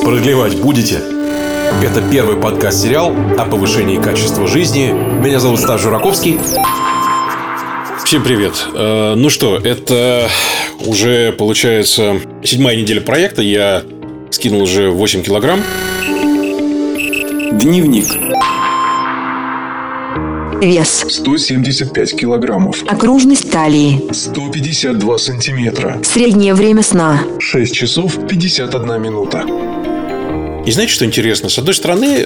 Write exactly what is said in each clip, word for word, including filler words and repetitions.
Продлевать будете? Это первый подкаст-сериал о повышении качества жизни. Меня зовут Стас Жураковский. Всем привет. Ну что, это уже, получается, седьмая неделя проекта. Я скинул уже восемь килограмм. Дневник. Вес сто семьдесят пять килограммов. Окружность талии сто пятьдесят два сантиметра. Среднее время сна шесть часов пятьдесят одна минута. И знаете, что интересно? С одной стороны,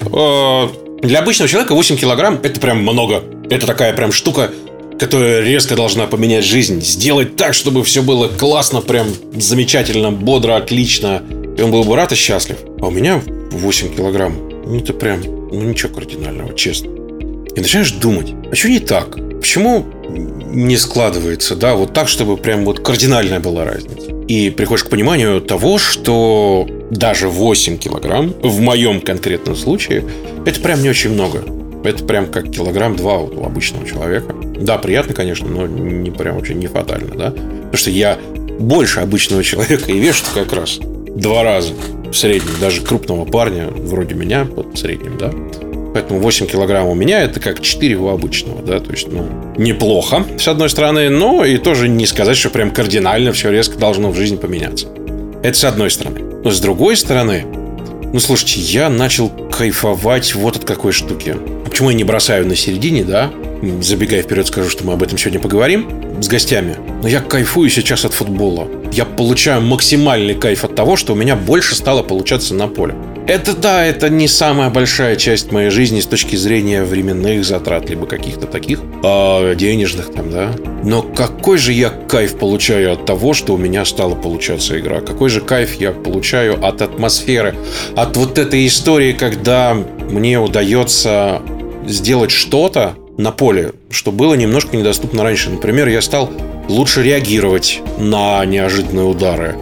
для обычного человека восемь килограмм – это прям много. Это такая прям штука, которая резко должна поменять жизнь. Сделать так, чтобы все было классно, прям замечательно, бодро, отлично. И он был бы рад и счастлив. А у меня восемь килограмм. Ну, это прям, ну, ничего кардинального, честно. И начинаешь думать, а что не так? Почему не складывается, да, вот так, чтобы прям вот кардинальная была разница? И приходишь к пониманию того, что даже восемь килограмм в моем конкретном случае это прям не очень много. Это прям как килограмм-два у обычного человека. Да, приятно, конечно, но не прям вообще не фатально, да? Потому что я больше обычного человека и вешу как раз два раза в среднем. Даже крупного парня вроде меня, вот в среднем, да? Поэтому восемь килограмм у меня это как четыре у обычного, да, то есть, ну, неплохо, с одной стороны, но и тоже не сказать, что прям кардинально все резко должно в жизни поменяться. Это с одной стороны. Но с другой стороны, ну, слушайте, я начал кайфовать вот от какой штуки. Почему я не бросаю на середине, да? Забегая вперед, скажу, что мы об этом сегодня поговорим с гостями. Но я кайфую сейчас от футбола. Я получаю максимальный кайф от того, что у меня больше стало получаться на поле. Это да, это не самая большая часть моей жизни с точки зрения временных затрат, либо каких-то таких э, денежных там, да. Но какой же я кайф получаю от того, что у меня стала получаться игра? Какой же кайф я получаю от атмосферы, от вот этой истории, когда мне удается сделать что-то на поле, что было немножко недоступно раньше. Например, я стал лучше реагировать на неожиданные удары.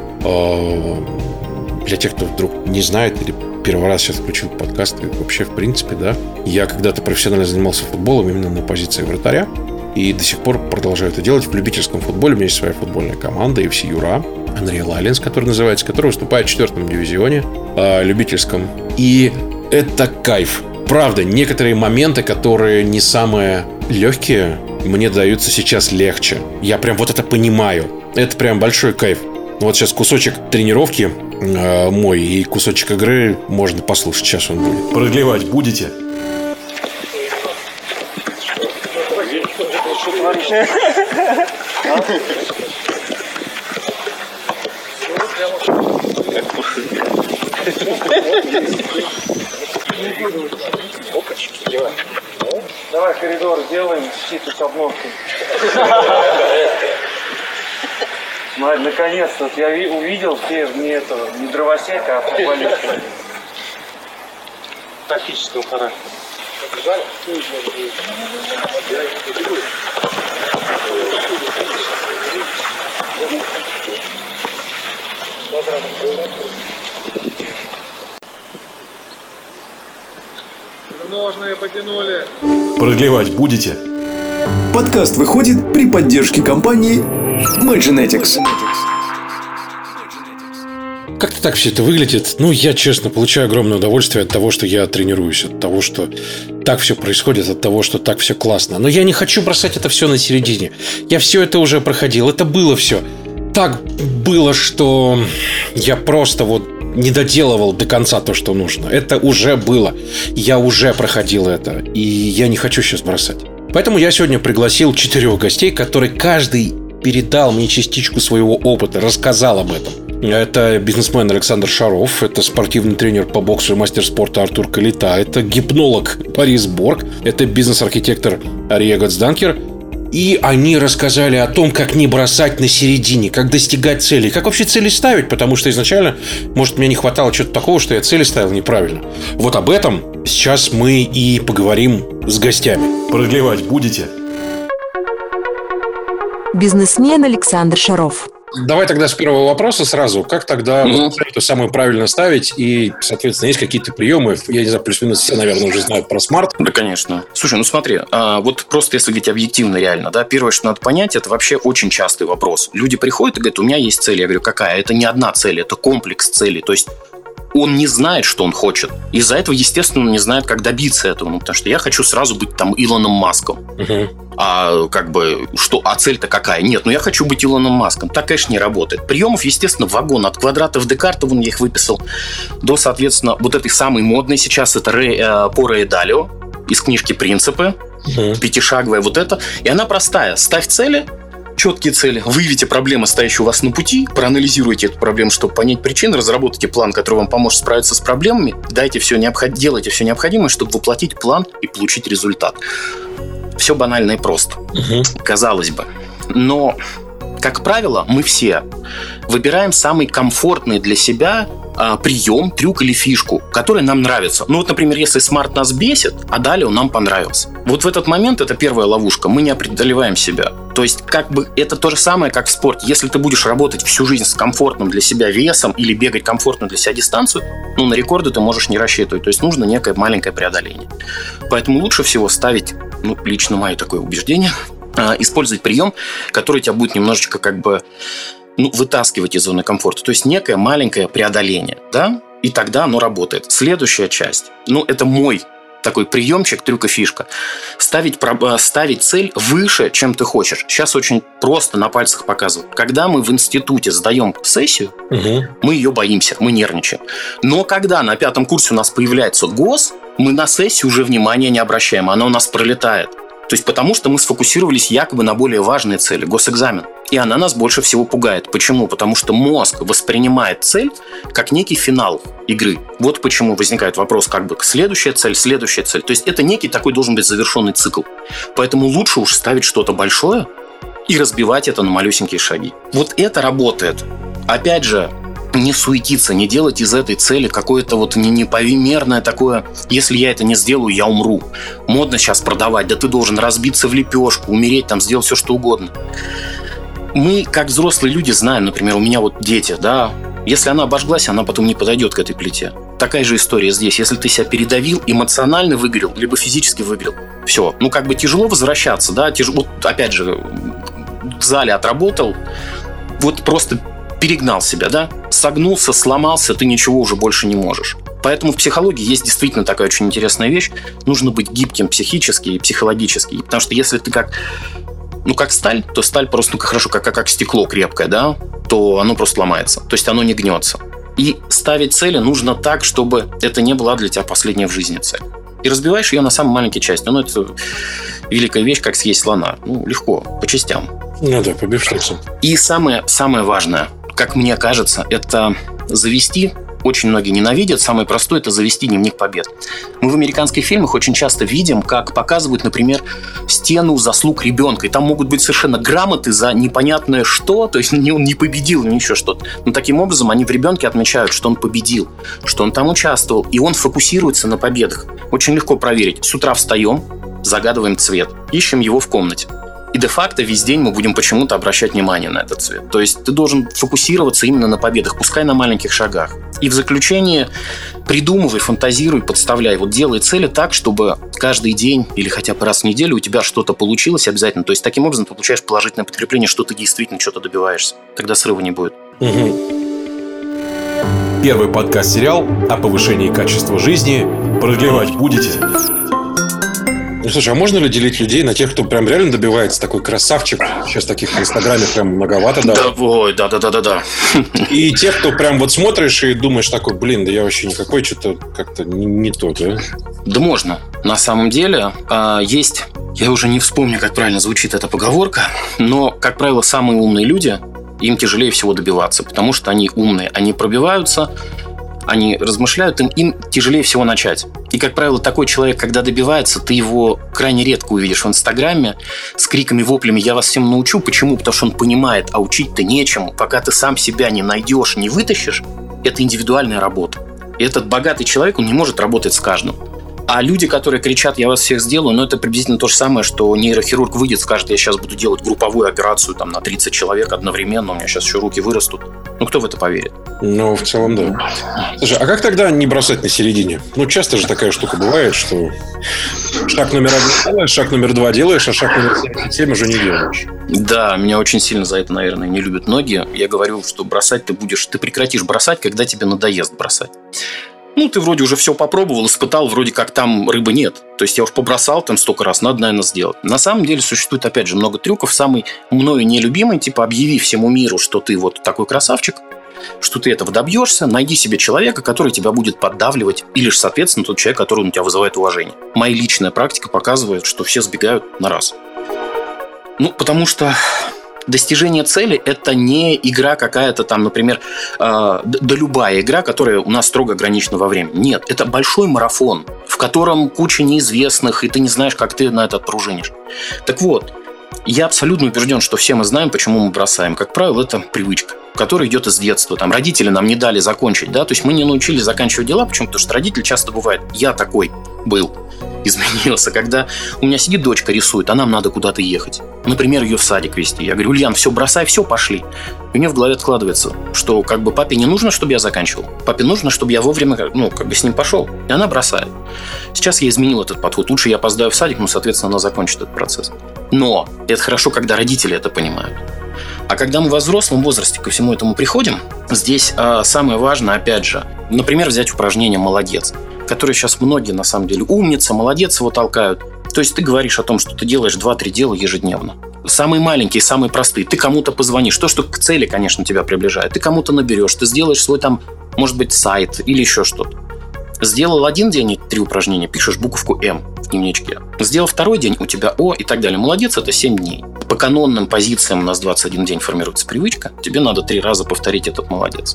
Э, для тех, кто вдруг не знает или первый раз сейчас включил подкаст, и вообще, в принципе, да, я когда-то профессионально занимался футболом именно на позиции вратаря, и до сих пор продолжаю это делать в любительском футболе. У меня есть своя футбольная команда, эф си Юра, Unreal Alliance, который называется, которая выступает в четвертом дивизионе, э, любительском. И это кайф. Правда, некоторые моменты, которые не самые легкие, мне даются сейчас легче. Я прям вот это понимаю. Это прям большой кайф. Вот сейчас кусочек тренировки э, мой и кусочек игры можно послушать. Сейчас он будет. Продлевать будете? Давай коридор сделаем, щиты с обновкой. Наконец-то вот я увидел где не этого, не дровосека, а футболиста. Тактического характера. Ножные потянули. Продлевать будете? Подкаст выходит при поддержке компании Maggenetics. Как-то так все это выглядит. Ну, я, честно, получаю огромное удовольствие от того, что я тренируюсь, от того, что так все происходит, от того, что так все классно. Но я не хочу бросать это все на середине. Я все это уже проходил, это было все. Так было, что я просто вот не доделывал до конца то, что нужно. Это уже было. Я уже проходил это. И я не хочу сейчас бросать. Поэтому я сегодня пригласил четырех гостей, которые каждый передал мне частичку своего опыта, рассказал об этом. Это бизнесмен Александр Шаров, это спортивный тренер по боксу и мастер спорта Артур Калита, это гипнолог Борис Борг, это бизнес-архитектор Ария Гацданкер. И они рассказали о том, как не бросать на середине, как достигать целей, как вообще цели ставить, потому что изначально, может, мне не хватало чего-то такого, что я цели ставил неправильно. Вот об этом сейчас мы и поговорим с гостями. Продлевать будете? Бизнесмен Александр Шаров. Давай тогда с первого вопроса сразу. Как тогда mm-hmm. эту самую правильно ставить? И, соответственно, есть какие-то приемы? Я не знаю, плюс-минус все, наверное, уже знают про смарт. Да, конечно. Слушай, ну смотри, а, вот просто если говорить объективно реально, да, первое, что надо понять, это вообще очень частый вопрос. Люди приходят и говорят, у меня есть цель. Я говорю, какая? Это не одна цель, это комплекс целей. То есть он не знает, что он хочет. Из-за этого, естественно, он не знает, как добиться этого. Ну, потому что я хочу сразу быть там Илоном Маском. Uh-huh. А как бы, что, а цель-то какая? Нет, ну я хочу быть Илоном Маском. Так, конечно, не работает. Приемов, естественно, вагон. От квадратов Декарта, вон я их выписал, до, соответственно, вот этой самой модной сейчас, это Рэй, э, по Рэю Далио из книжки «Принципы». Uh-huh. Пятишаговая вот эта. И она простая. Ставь цели, четкие цели, выявите проблемы, стоящие у вас на пути, проанализируйте эту проблему, чтобы понять причины, разработайте план, который вам поможет справиться с проблемами, дайте все необход... делайте все необходимое, чтобы воплотить план и получить результат. Все банально и просто, угу. казалось бы. Но, как правило, мы все выбираем самый комфортный для себя а, прием, трюк или фишку, который нам нравится. Ну вот, например, если смарт нас бесит, а далее он нам понравился. Вот в этот момент это первая ловушка. Мы не преодолеваем себя. То есть, как бы это то же самое, как в спорте. Если ты будешь работать всю жизнь с комфортным для себя весом или бегать комфортно для себя дистанцию, ну, на рекорды ты можешь не рассчитывать. То есть, нужно некое маленькое преодоление. Поэтому лучше всего ставить, ну, лично мое такое убеждение, использовать прием, который тебя будет немножечко как бы ну, вытаскивать из зоны комфорта. То есть некое маленькое преодоление, да? И тогда оно работает. Следующая часть. Ну, это мой такой приемчик, трюк и фишка. Ставить, ставить цель выше, чем ты хочешь. Сейчас очень просто на пальцах показывают. Когда мы в институте сдаем сессию, угу. мы ее боимся, мы нервничаем. Но когда на пятом курсе у нас появляется ГОС, мы на сессию уже внимания не обращаем. Она у нас пролетает. То есть потому что мы сфокусировались якобы на более важные цели, госэкзамен. И она нас больше всего пугает. Почему? Потому что мозг воспринимает цель как некий финал игры. Вот почему возникает вопрос, как бы следующая цель, следующая цель. То есть это некий такой должен быть завершенный цикл. Поэтому лучше уж ставить что-то большое и разбивать это на малюсенькие шаги. Вот это работает. Опять же, не суетиться, не делать из этой цели какое-то вот неповимерное такое, если я это не сделаю, я умру. Модно сейчас продавать, да ты должен разбиться в лепешку, умереть, там, сделать все, что угодно. Мы, как взрослые люди, знаем, например, у меня вот дети, да, если она обожглась, она потом не подойдет к этой плите. Такая же история здесь. Если ты себя передавил, эмоционально выгорел, либо физически выгорел, все. Ну, как бы тяжело возвращаться, да, тяжело, вот, опять же, в зале отработал, вот просто перегнал себя, да, согнулся, сломался, ты ничего уже больше не можешь. Поэтому в психологии есть действительно такая очень интересная вещь. Нужно быть гибким психически и психологически. Потому что если ты как, ну, как сталь, то сталь просто, ну, хорошо, как, как, как стекло крепкое, да, то оно просто ломается. То есть оно не гнется. И ставить цели нужно так, чтобы это не была для тебя последняя в жизни цель. И разбиваешь ее на самые маленькие части. Ну, это великая вещь, как съесть слона. Ну, легко, по частям. Ну да, по бифштексам. И самое, самое важное, как мне кажется, это завести, очень многие ненавидят, самое простое – это завести дневник побед. Мы в американских фильмах очень часто видим, как показывают, например, стену заслуг ребенка, и там могут быть совершенно грамоты за непонятное что, то есть он не победил, ни еще что-то. Но таким образом они в ребенке отмечают, что он победил, что он там участвовал, и он фокусируется на победах. Очень легко проверить. С утра встаем, загадываем цвет, ищем его в комнате. И де-факто весь день мы будем почему-то обращать внимание на этот цвет. То есть ты должен фокусироваться именно на победах, пускай на маленьких шагах. И в заключение придумывай, фантазируй, подставляй. Вот делай цели так, чтобы каждый день или хотя бы раз в неделю у тебя что-то получилось обязательно. То есть таким образом ты получаешь положительное подкрепление, что ты действительно что-то добиваешься. Тогда срыва не будет. Угу. Первый подкаст-сериал о повышении качества жизни. Продлевать будете? Ну, слушай, а можно ли делить людей на тех, кто прям реально добивается, такой красавчик? Сейчас таких в Инстаграме прям многовато, да? Да, ой, да-да-да-да-да. И тех, кто прям вот смотришь и думаешь такой, блин, да я вообще никакой, что-то как-то не, не то, да? Да можно. На самом деле есть, я уже не вспомню, как правильно звучит эта поговорка, но, как правило, самые умные люди, им тяжелее всего добиваться, потому что они умные, они пробиваются, они размышляют, им, им тяжелее всего начать. И, как правило, такой человек, когда добивается, ты его крайне редко увидишь в Инстаграме с криками, воплями «я вас всем научу». Почему? Потому что он понимает, а учить-то нечему. Пока ты сам себя не найдешь, не вытащишь, это индивидуальная работа. И этот богатый человек, он не может работать с каждым. А люди, которые кричат «я вас всех сделаю», ну, это приблизительно то же самое, что нейрохирург выйдет, скажет: я сейчас буду делать групповую операцию там, на тридцать человек одновременно, у меня сейчас еще руки вырастут. Ну, кто в это поверит? Ну, в целом, да. Слушай, а как тогда не бросать на середине? Ну, часто же такая штука бывает, что шаг номер один делаешь, шаг номер два делаешь, а шаг номер семьдесят семь уже не делаешь. Да, меня очень сильно за это, наверное, не любят многие. Я говорю, что бросать ты будешь, ты прекратишь бросать, когда тебе надоест бросать. Ну, ты вроде уже все попробовал, испытал, вроде как там рыбы нет. То есть я уж побросал там столько раз, надо, наверное, сделать. На самом деле существует, опять же, много трюков. Самый мною нелюбимый, типа, объяви всему миру, что ты вот такой красавчик, что ты этого добьешься, найди себе человека, который тебя будет поддавливать, или же, соответственно, тот человек, который у тебя вызывает уважение. Моя личная практика показывает, что все сбегают на раз. Ну, потому что достижение цели – это не игра какая-то там, например, э, да любая игра, которая у нас строго ограничена во времени. Нет, это большой марафон, в котором куча неизвестных, и ты не знаешь, как ты на это отпружинишь. Так вот, я абсолютно убежден, что все мы знаем, почему мы бросаем. Как правило, это привычка, которая идет из детства. Там родители нам не дали закончить, да, то есть мы не научились заканчивать дела. Почему? Потому что родитель часто бывает: я такой был, изменился. Когда у меня сидит дочка, рисует, а нам надо куда-то ехать. Например, ее в садик везти. Я говорю: Ульян, все, бросай, все, пошли. И у нее в голове откладывается, что как бы папе не нужно, чтобы я заканчивал. Папе нужно, чтобы я вовремя, ну, как бы с ним пошел. И она бросает. Сейчас я изменил этот подход. Лучше я опоздаю в садик, но, соответственно, она закончит этот процесс. Но это хорошо, когда родители это понимают. А когда мы во взрослом возрасте ко всему этому приходим, здесь а, самое важное, опять же, например, взять упражнение «Молодец», которое сейчас многие, на самом деле, умница, молодец, его толкают. То есть ты говоришь о том, что ты делаешь два-три дела ежедневно. Самые маленькие, самые простые. Ты кому-то позвонишь. То, что к цели, конечно, тебя приближает. Ты кому-то наберешь. Ты сделаешь свой там, может быть, сайт или еще что-то. Сделал один день три упражнения, пишешь буковку «М» в дневничке. Сделал второй день, у тебя «О» и так далее. Молодец, это семь дней. По канонным позициям у нас двадцать один день формируется привычка. Тебе надо три раза повторить этот «молодец».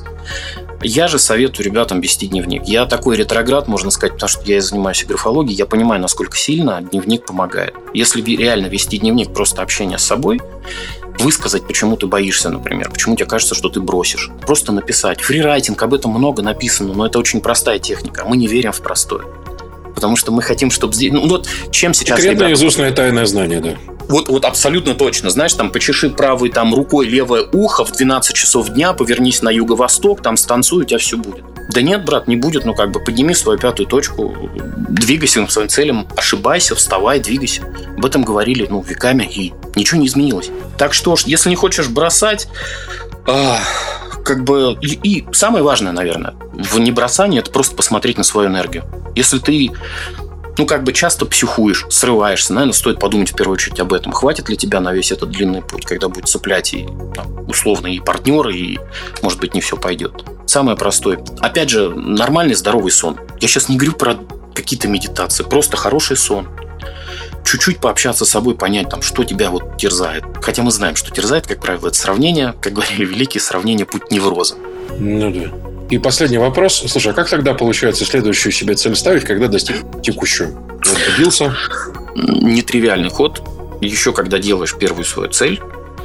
Я же советую ребятам вести дневник. Я такой ретроград, можно сказать, потому что я занимаюсь графологией. Я понимаю, насколько сильно дневник помогает. Если реально вести дневник, просто общение с собой, высказать, почему ты боишься, например, почему тебе кажется, что ты бросишь. Просто написать. Фрирайтинг, об этом много написано, но это очень простая техника. Мы не верим в простое. Потому что мы хотим, чтобы здесь... Ну, вот чем сейчас... Секретное из устное тайное знание, да. Вот, вот абсолютно точно. Знаешь, там почеши правой там, рукой левое ухо в двенадцать часов дня, повернись на юго-восток, там станцуй, у тебя все будет. Да нет, брат, не будет. Ну, как бы подними свою пятую точку, двигайся к своим целям, ошибайся, вставай, двигайся. Об этом говорили, ну, веками, и ничего не изменилось. Так что, если не хочешь бросать, а, как бы... И, и самое важное, наверное, в небросании – это просто посмотреть на свою энергию. Если ты... Ну, как бы часто психуешь, срываешься. Наверное, стоит подумать в первую очередь об этом. Хватит ли тебя на весь этот длинный путь, когда будет цеплять и там, условно и партнеры, и, может быть, не все пойдет. Самое простое. Опять же, нормальный здоровый сон. Я сейчас не говорю про какие-то медитации. Просто хороший сон. Чуть-чуть пообщаться с собой, понять, там, что тебя вот терзает. Хотя мы знаем, что терзает, как правило, это сравнение, как говорили великие, сравнение путь невроза. Ну да. И последний вопрос. Слушай, а как тогда получается следующую себе цель ставить, когда достиг текущую? Вот добился? Нетривиальный ход. Еще когда делаешь первую свою цель,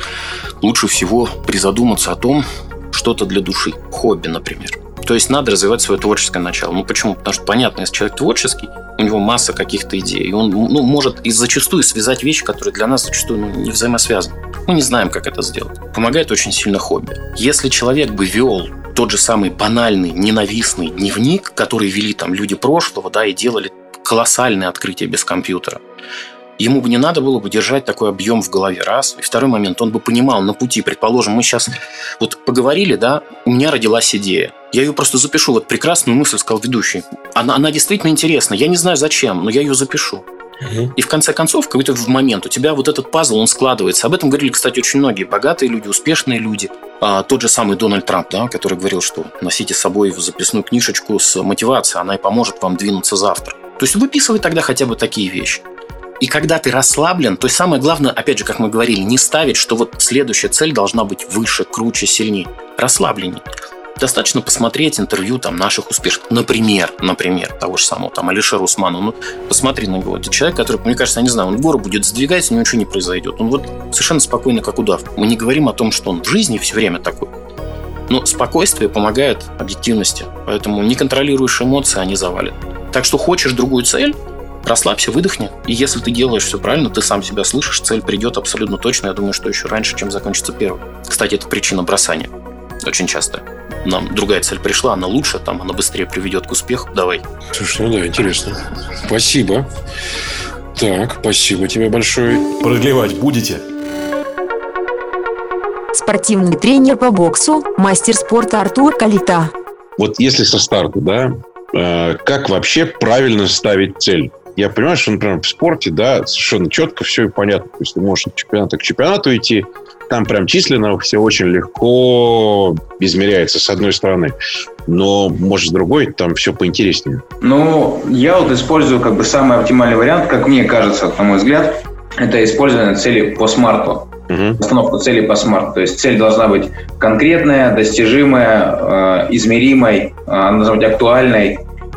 лучше всего призадуматься о том, что-то для души. Хобби, например. То есть надо развивать свое творческое начало. Ну почему? Потому что, понятно, если человек творческий, у него масса каких-то идей. И он ну, может и зачастую связать вещи, которые для нас зачастую ну, не взаимосвязаны. Мы не знаем, как это сделать. Помогает очень сильно хобби. Если человек бы вел тот же самый банальный, ненавистный дневник, который вели там люди прошлого, да, и делали колоссальные открытия без компьютера, ему бы не надо было бы держать такой объем в голове, раз. И второй момент, он бы понимал на пути, предположим, мы сейчас вот поговорили, да, у меня родилась идея. Я ее просто запишу, вот прекрасную мысль сказал ведущий. Она, она действительно интересна, я не знаю зачем, но я ее запишу. И в конце концов, какой-то в момент у тебя вот этот пазл, он складывается. Об этом говорили, кстати, очень многие богатые люди, успешные люди. А, тот же самый Дональд Трамп, да, который говорил, что носите с собой записную книжечку с мотивацией, она и поможет вам двинуться завтра. То есть выписывай тогда хотя бы такие вещи. И когда ты расслаблен, то есть самое главное, опять же, как мы говорили, не ставить, что вот следующая цель должна быть выше, круче, сильнее. Расслабленнее. Достаточно посмотреть интервью там, наших успешных. Например, например, того же самого там, Алишера Усманова. Ну, посмотри на него. Это человек, который, мне кажется, я не знаю, он гору будет сдвигать, у него ничего не произойдет. Он вот совершенно спокойно, как удав. Мы не говорим о том, что он в жизни все время такой. Но спокойствие помогает объективности. Поэтому не контролируешь эмоции, они завалят. Так что хочешь другую цель, расслабься, выдохни. И если ты делаешь все правильно, ты сам себя слышишь, цель придет абсолютно точно. Я думаю, что еще раньше, чем закончится первая. Кстати, это причина бросания. Очень часто. Нам другая цель пришла, она лучше, там она быстрее приведет к успеху. Давай. Слушай, ну да, интересно. Спасибо. Так, спасибо тебе большое. Продлевать будете? Спортивный тренер по боксу, мастер спорта Артур Калита. Вот если со старта, да, э, как вообще правильно ставить цель? Я понимаю, что, например, в спорте, да, совершенно четко все и понятно. То есть ты можешь от чемпионата к чемпионату идти, там прям численно все очень легко измеряется, с одной стороны. Но, может, с другой, там все поинтереснее. Ну, я вот использую как бы самый оптимальный вариант, как мне кажется, на мой взгляд, это использование цели по смарту. Uh-huh. Установка цели по смарту. То есть цель должна быть конкретная, достижимая, э, измеримой, э, она должна быть актуальной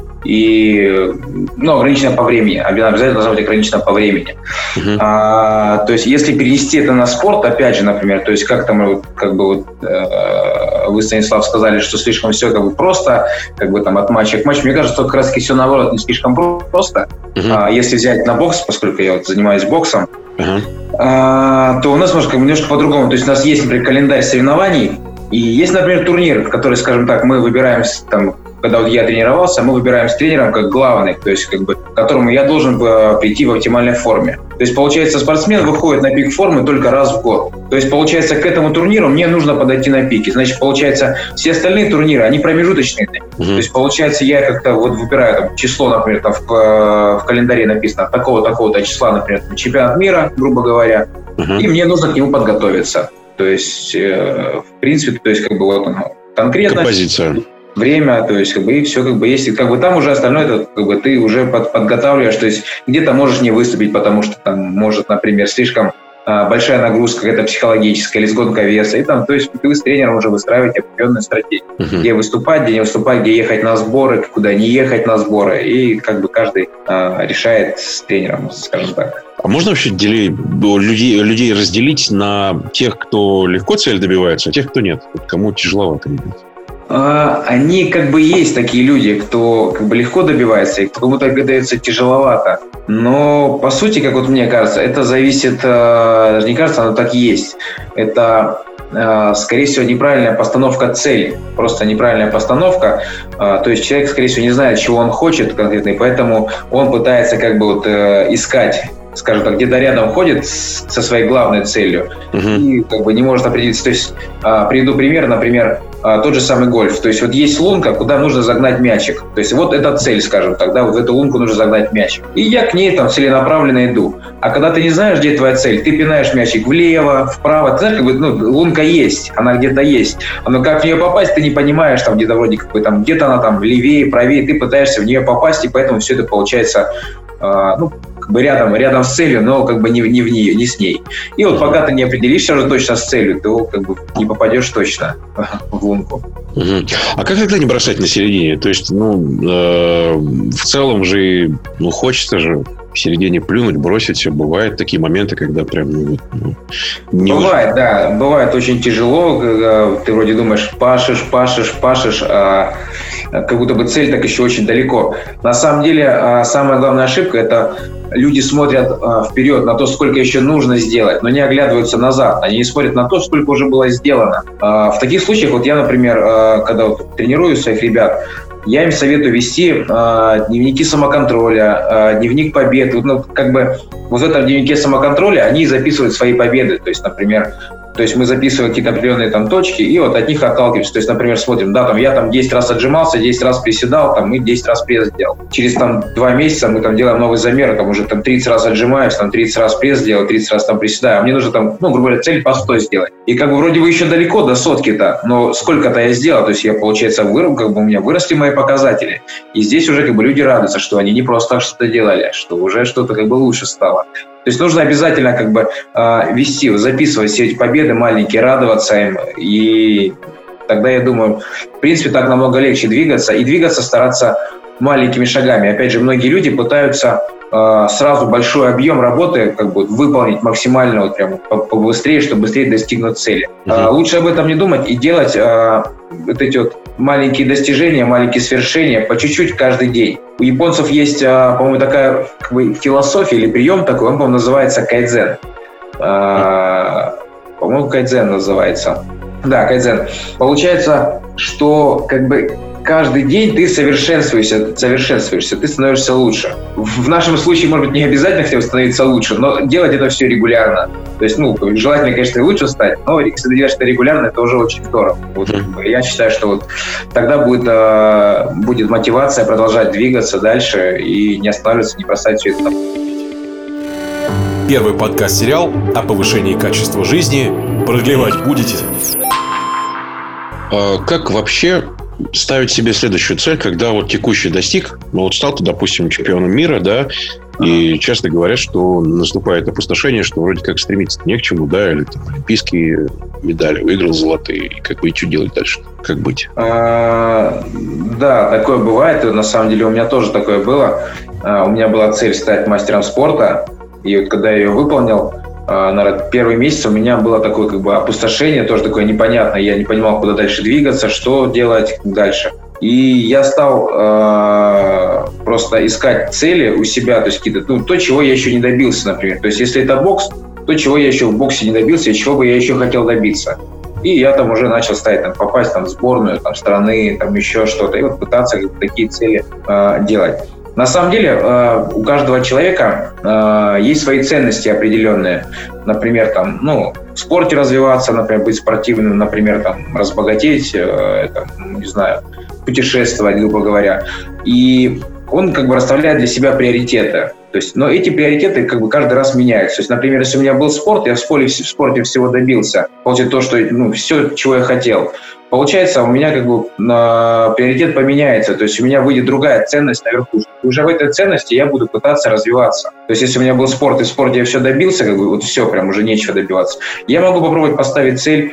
и, ну, ограничена по времени. Обязательно должна быть ограничена по времени. Uh-huh. А, то есть, если перенести это на спорт, опять же, например, то есть, как там, как бы вот, э, вы, Станислав, сказали, что слишком все как бы просто, как бы там от матча к матчу. Мне кажется, что как раз-таки все наоборот не слишком просто. Uh-huh. А, если взять на бокс, поскольку я вот занимаюсь боксом, uh-huh. а, то у нас может как бы немножко по-другому. То есть, у нас есть, например, календарь соревнований, и есть, например, турнир, в который, скажем так, мы выбираем там. Когда вот я тренировался, мы выбираем с тренером как главный, то есть как бы, к которому я должен э, прийти в оптимальной форме. То есть, получается, спортсмен выходит на пик формы только раз в год. То есть, получается, к этому турниру мне нужно подойти на пике. Значит, получается, все остальные турниры, они промежуточные. Uh-huh. То есть, получается, я как-то вот выбираю там, число, например, там, в, в календаре написано такого-такого-то числа, например, чемпионат мира, грубо говоря, uh-huh. и мне нужно к нему подготовиться. То есть, э, в принципе, то есть, как бы вот оно конкретно. Композиция. Время, то есть, как бы, и все, как бы, если, как бы, там уже остальное, это, как бы, ты уже под, подготавливаешь, то есть, где-то можешь не выступить, потому что там может, например, слишком а, большая нагрузка, какая-то психологическая или сгонка веса, и там, то есть, вы с тренером уже выстраиваете определенную стратегию, uh-huh. где выступать, где не выступать, где ехать на сборы, куда не ехать на сборы, и, как бы, каждый а, решает с тренером, скажем так. А можно вообще делить, людей, людей разделить на тех, кто легко цель добивается, а тех, кто нет? Кому тяжеловато? Они как бы есть такие люди, кто как бы легко добивается, и кому-то дается тяжеловато. Но по сути, как вот мне кажется, это зависит, даже не кажется, оно так есть. Это, скорее всего, неправильная постановка цели. Просто неправильная постановка. То есть человек, скорее всего, не знает, чего он хочет конкретно, и поэтому он пытается как бы вот искать, скажем так, где-то рядом ходит со своей главной целью uh-huh. и как бы не может определиться. То есть, а, приведу пример, например, а, тот же самый гольф. То есть, вот есть лунка, куда нужно загнать мячик. То есть, вот эта цель, скажем так, да, вот в эту лунку нужно загнать мячик. И я к ней там целенаправленно иду. А когда ты не знаешь, где твоя цель, ты пинаешь мячик влево, вправо. Ты знаешь, как бы, ну, лунка есть, она где-то есть. Но как в нее попасть, ты не понимаешь, там где-то вроде как бы, там, где-то она там левее, правее, ты пытаешься в нее попасть, и поэтому все это получается, а, ну, как бы рядом, рядом с целью, но как бы не, не в ней, не с ней. И вот пока ты не определишься уже точно с целью, ты как бы не попадешь точно в лунку. Угу. А как тогда не бросать на середине? То есть, ну, э, в целом же, ну, хочется же в середине плюнуть, бросить все. Бывают такие моменты, когда прям, ну, ну не бывает, очень... да, бывает очень тяжело, когда ты вроде думаешь, пашешь, пашешь, пашешь, а как будто бы цель так еще очень далеко. На самом деле, самая главная ошибка – это люди смотрят вперед на то, сколько еще нужно сделать, но не оглядываются назад. Они не смотрят на то, сколько уже было сделано. В таких случаях, вот я, например, когда вот тренирую своих ребят, я им советую вести э, дневники самоконтроля, э, дневник побед. Вот, ну, как бы вот в этом дневнике самоконтроля они записывают свои победы. То есть, например, то есть мы записываем какие-то определенные там точки и вот от них отталкиваемся. То есть, например, смотрим, да, там я там десять раз отжимался, десять раз приседал, там и десять раз пресс сделал. Через там два месяца мы там делаем новый замер, там уже там тридцать раз отжимаюсь, там тридцать раз пресс сделал, тридцать раз там приседаю. А мне нужно там, ну, грубо говоря, цель по сто сделать. И как бы вроде бы еще далеко до сотки-то, но сколько-то я сделал, то есть я, получается, вырос, как бы у меня выросли мои показатели. И здесь уже как бы люди радуются, что они не просто так что-то делали, что уже что-то как бы лучше стало. То есть нужно обязательно как бы вести, записывать все эти победы маленькие, радоваться им. И тогда, я думаю, в принципе, так намного легче двигаться. И двигаться стараться маленькими шагами. Опять же, многие люди пытаются сразу большой объем работы как бы выполнить максимально вот прям побыстрее, чтобы быстрее достигнуть цели. Uh-huh. Лучше об этом не думать и делать вот эти вот маленькие достижения, маленькие свершения по чуть-чуть каждый день. У японцев есть, по-моему, такая как бы философия или прием такой, он, по-моему, называется кайдзен. По-моему, кайдзен называется. Да, кайдзен. Получается, что как бы каждый день ты совершенствуешься, совершенствуешься, ты становишься лучше. В нашем случае, может быть, не обязательно хотя бы становиться лучше, но делать это все регулярно. То есть, ну, желательно, конечно, и лучше стать, но если ты делаешь это регулярно, это уже очень здорово. Вот, я считаю, что вот тогда будет, э, будет мотивация продолжать двигаться дальше и не останавливаться, не бросать все это. Первый подкаст-сериал о повышении качества жизни. Продлевать будете? А как вообще ставить себе следующую цель, когда вот текущий достиг, ну вот стал ты, допустим, чемпионом мира, да, и часто говорят, что наступает опустошение, что вроде как стремиться не к чему, да, или там олимпийские медали выиграл золотые, и как бы и что делать дальше, как быть? А, да, такое бывает, и на самом деле у меня тоже такое было. А, у меня была цель стать мастером спорта, и вот когда я ее выполнил, наверное, первый месяц у меня было такое как бы опустошение, тоже такое непонятное. Я не понимал, куда дальше двигаться, что делать дальше. И я стал э, просто искать цели у себя, то есть какие-то, ну, то, чего я еще не добился, например. То есть если это бокс, то, чего я еще в боксе не добился, и чего бы я еще хотел добиться. И я там уже начал ставить, там, попасть там, в сборную там, страны, там еще что-то, и вот пытаться как бы, такие цели э, делать. На самом деле у каждого человека есть свои ценности определенные. Например, там, ну, в спорте развиваться, например, быть спортивным, например, там, разбогатеть, там, не знаю, путешествовать, грубо говоря. И он как бы расставляет для себя приоритеты. То есть, но эти приоритеты как бы каждый раз меняются. То есть, например, если у меня был спорт, я в спорте, в спорте всего добился, получить то, что, ну, все, чего я хотел. Получается, у меня как бы на приоритет поменяется, то есть у меня выйдет другая ценность наверху. Уже в этой ценности я буду пытаться развиваться. То есть если у меня был спорт, и в спорте я все добился, как бы вот все, прям уже нечего добиваться, я могу попробовать поставить цель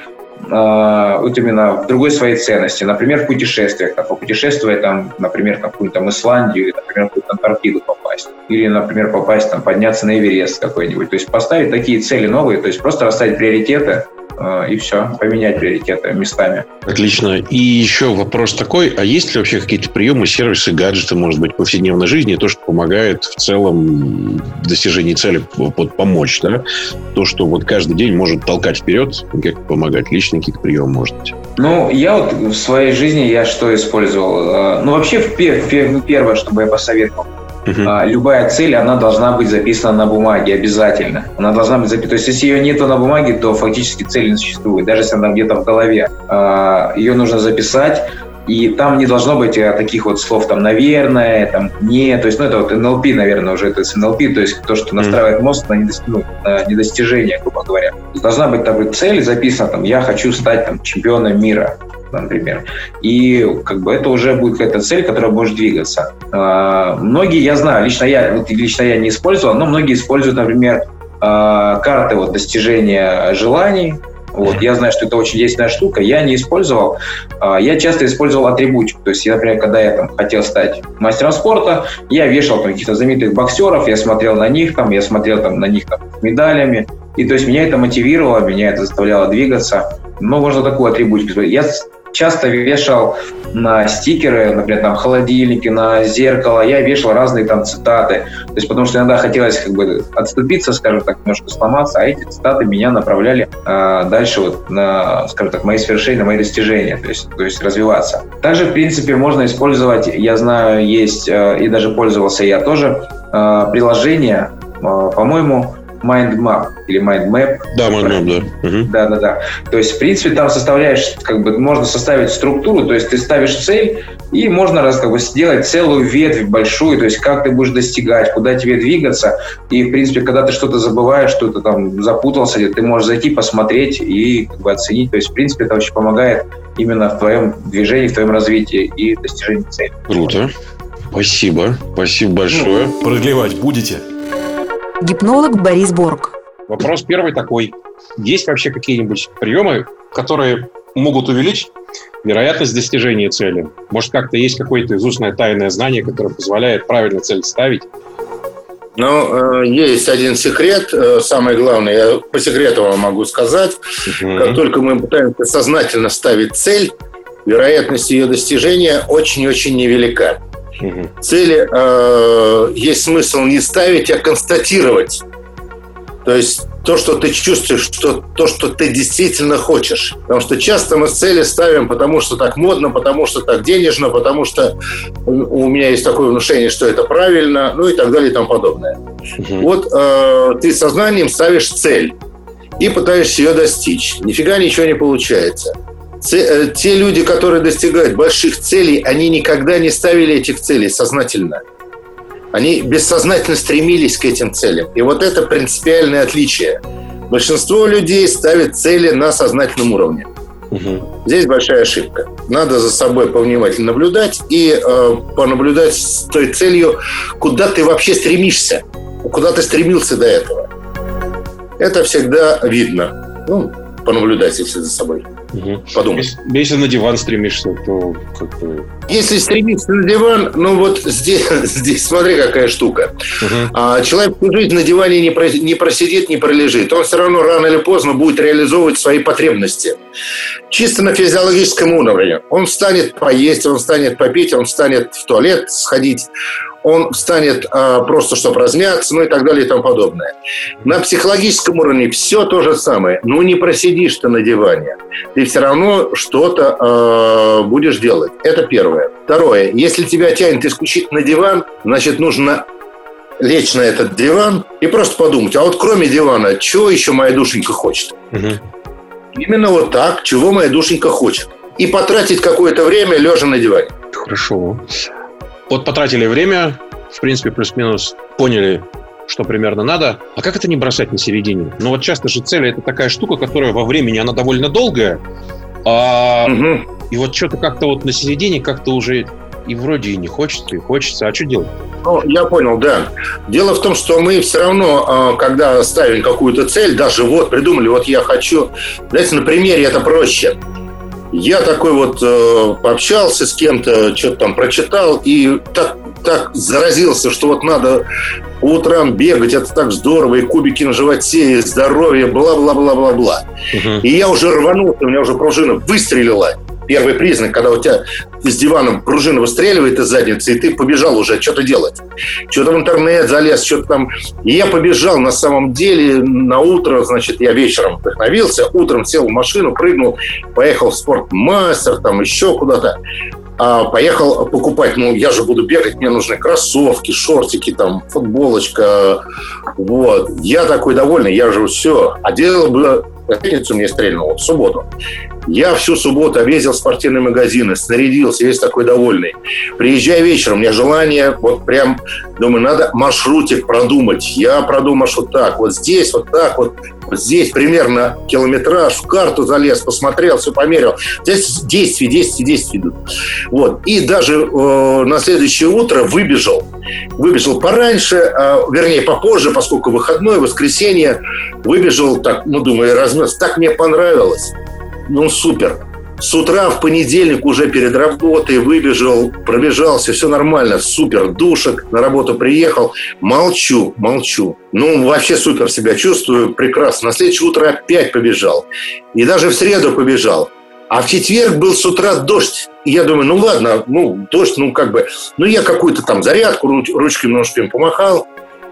э, вот именно в другой своей ценности. Например, в путешествиях. Там, попутешествовать, там, например, в какую-то там Исландию, или, например, в какую-то Антарктиду попасть. Или, например, попасть, там, подняться на Эверест какой-нибудь. То есть поставить такие цели новые, то есть просто расставить приоритеты, и все, поменять приоритеты местами. Отлично. И еще вопрос такой, а есть ли вообще какие-то приемы, сервисы, гаджеты, может быть, в повседневной жизни, то, что помогает в целом в достижении цели вот, помочь, да? То, что вот каждый день может толкать вперед, как помогать, личные какие-то приемы, может быть? Ну, я вот в своей жизни, я что использовал? Ну, вообще, первое, что бы я посоветовал, Uh-huh. любая цель, она должна быть записана на бумаге обязательно. Она должна быть записана. То есть, если ее нету на бумаге, то фактически цель не существует. Даже если она где-то в голове. Ее нужно записать. И там не должно быть таких вот слов, там, наверное, там, не. То есть, ну, это вот эн эл пи, наверное, уже это с эн эл пи, то есть то, что настраивает мозг на, недо... ну, на недостижение, грубо говоря. Должна быть такая цель записана, там, я хочу стать там, чемпионом мира, например. И как бы это уже будет какая-то цель, которая может двигаться. А, многие, я знаю, лично я, вот, лично я не использовал, но многие используют, например, а, карты вот, достижения желаний. Вот, я знаю, что это очень действенная штука, я не использовал. А, я часто использовал атрибутику. То есть, я, например, когда я там, хотел стать мастером спорта, я вешал там, каких-то знаменитых боксеров, я смотрел на них, там, я смотрел там, на них там, с медалями. И то есть меня это мотивировало, меня это заставляло двигаться. Но можно такую атрибутику. Я часто вешал на стикеры, например, там холодильники, на зеркало, я вешал разные там цитаты. То есть, потому что иногда хотелось как бы отступиться, скажем так, немножко сломаться, а эти цитаты меня направляли э, дальше вот на, скажем так, мои свершения, мои достижения, то есть, то есть развиваться. Также, в принципе, можно использовать, я знаю, есть, э, и даже пользовался я тоже, э, приложение, э, по-моему, Mind Map или Mind Map. Да, Mind Map, да. Угу. Да, да, да. То есть, в принципе, там составляешь, как бы, можно составить структуру, то есть ты ставишь цель, и можно раз, как бы, сделать целую ветвь большую, то есть как ты будешь достигать, куда тебе двигаться. И, в принципе, когда ты что-то забываешь, что-то там запутался, ты можешь зайти, посмотреть и как бы оценить. То есть, в принципе, это очень помогает именно в твоем движении, в твоем развитии и достижении цели. Круто. Спасибо. Спасибо большое. Ну, продлевать будете? Гипнолог Борис Борг. Вопрос первый такой. Есть вообще какие-нибудь приемы, которые могут увеличить вероятность достижения цели? Может, как-то есть какое-то изустное тайное знание, которое позволяет правильно цель ставить? Ну, есть один секрет, самое главное, я по секрету вам могу сказать. Uh-huh. Как только мы пытаемся сознательно ставить цель, вероятность ее достижения очень-очень невелика. Угу. Цели э, есть смысл не ставить, а констатировать. То есть то, что ты чувствуешь, что, то, что ты действительно хочешь. Потому что часто мы цели ставим, потому что так модно, потому что так денежно, потому что у меня есть такое внушение, что это правильно, ну и так далее и тому подобное. Угу. Вот э, ты сознанием ставишь цель и пытаешься ее достичь. Нифига ничего не получается. Ц- те люди, которые достигают больших целей, они никогда не ставили этих целей сознательно. Они бессознательно стремились к этим целям. И вот это принципиальное отличие. Большинство людей ставит цели на сознательном уровне. Угу. Здесь большая ошибка. Надо за собой повнимательно наблюдать и э, понаблюдать с той целью, куда ты вообще стремишься, куда ты стремился до этого. Это всегда видно. Ну, понаблюдать, если за собой. Угу. Подумай. Если, если на диван стремишься, то как-то... Если стремиться на диван, ну вот здесь, здесь смотри, какая штука. Угу. А, человек всю жизнь на диване не, про, не просидит, не пролежит. Он все равно рано или поздно будет реализовывать свои потребности. Чисто на физиологическом уровне. Он встанет поесть, он встанет попить, он встанет в туалет сходить. Он встанет а, просто, чтобы размяться, ну и так далее и тому подобное. На психологическом уровне все то же самое. Ну, не просидишь ты на диване. Ты все равно что-то а, будешь делать. Это первое. Второе. Если тебя тянет исключительно на диван, значит, нужно лечь на этот диван и просто подумать, а вот кроме дивана, чего еще моя душенька хочет? Угу. Именно вот так, чего моя душенька хочет. И потратить какое-то время, лежа на диване. Хорошо. Вот потратили время, в принципе, плюс-минус поняли, что примерно надо. А как это не бросать на середине? Ну вот часто же цель – это такая штука, которая во времени, она довольно долгая. А... Угу. И вот что-то как-то вот на середине как-то уже и вроде и не хочется, и хочется. А что делать? Ну, я понял, да. Дело в том, что мы все равно, когда ставим какую-то цель, даже вот придумали, вот я хочу... Знаете, на примере это проще. Я такой вот э, пообщался с кем-то, что-то там прочитал, и так, так заразился, что вот надо по утрам бегать, это так здорово, и кубики на животе, и здоровье, бла-бла-бла-бла-бла. Uh-huh. И я уже рванул, у меня уже пружина выстрелила. Первый признак, когда у тебя с диваном пружина выстреливает из задницы, и ты побежал уже что-то делать. Что-то в интернет залез, что-то там. И я побежал на самом деле на утро, значит, я вечером вдохновился, утром сел в машину, прыгнул, поехал в Спортмастер, там еще куда-то. А поехал покупать, ну, я же буду бегать, мне нужны кроссовки, шортики, там, футболочка. Вот. Я такой довольный, я же все. А дело было, в пятницу мне стрельнуло, в субботу. Я всю субботу объездил спортивные магазины, снарядился, весь такой довольный. Приезжаю вечером, у меня желание, вот прям, думаю, надо маршрутик продумать. Я продумал, что так, вот здесь, вот так, вот, вот здесь примерно километраж, в карту залез, посмотрел, все померил. Здесь действия, действия, действия идут. Вот. И даже э, на следующее утро выбежал. Выбежал пораньше, э, вернее, попозже, поскольку выходной, воскресенье, выбежал, так, ну, думаю, размес. Так мне понравилось. Ну, супер. С утра в понедельник уже перед работой выбежал, пробежался, все нормально, супер, душек, на работу приехал. Молчу, молчу. Ну, вообще супер себя чувствую, прекрасно. На следующее утро опять побежал. И даже в среду побежал. А в четверг был с утра дождь. И я думаю, ну ладно, ну, дождь, ну, как бы... Ну, я какую-то там зарядку, ручками, ножками помахал.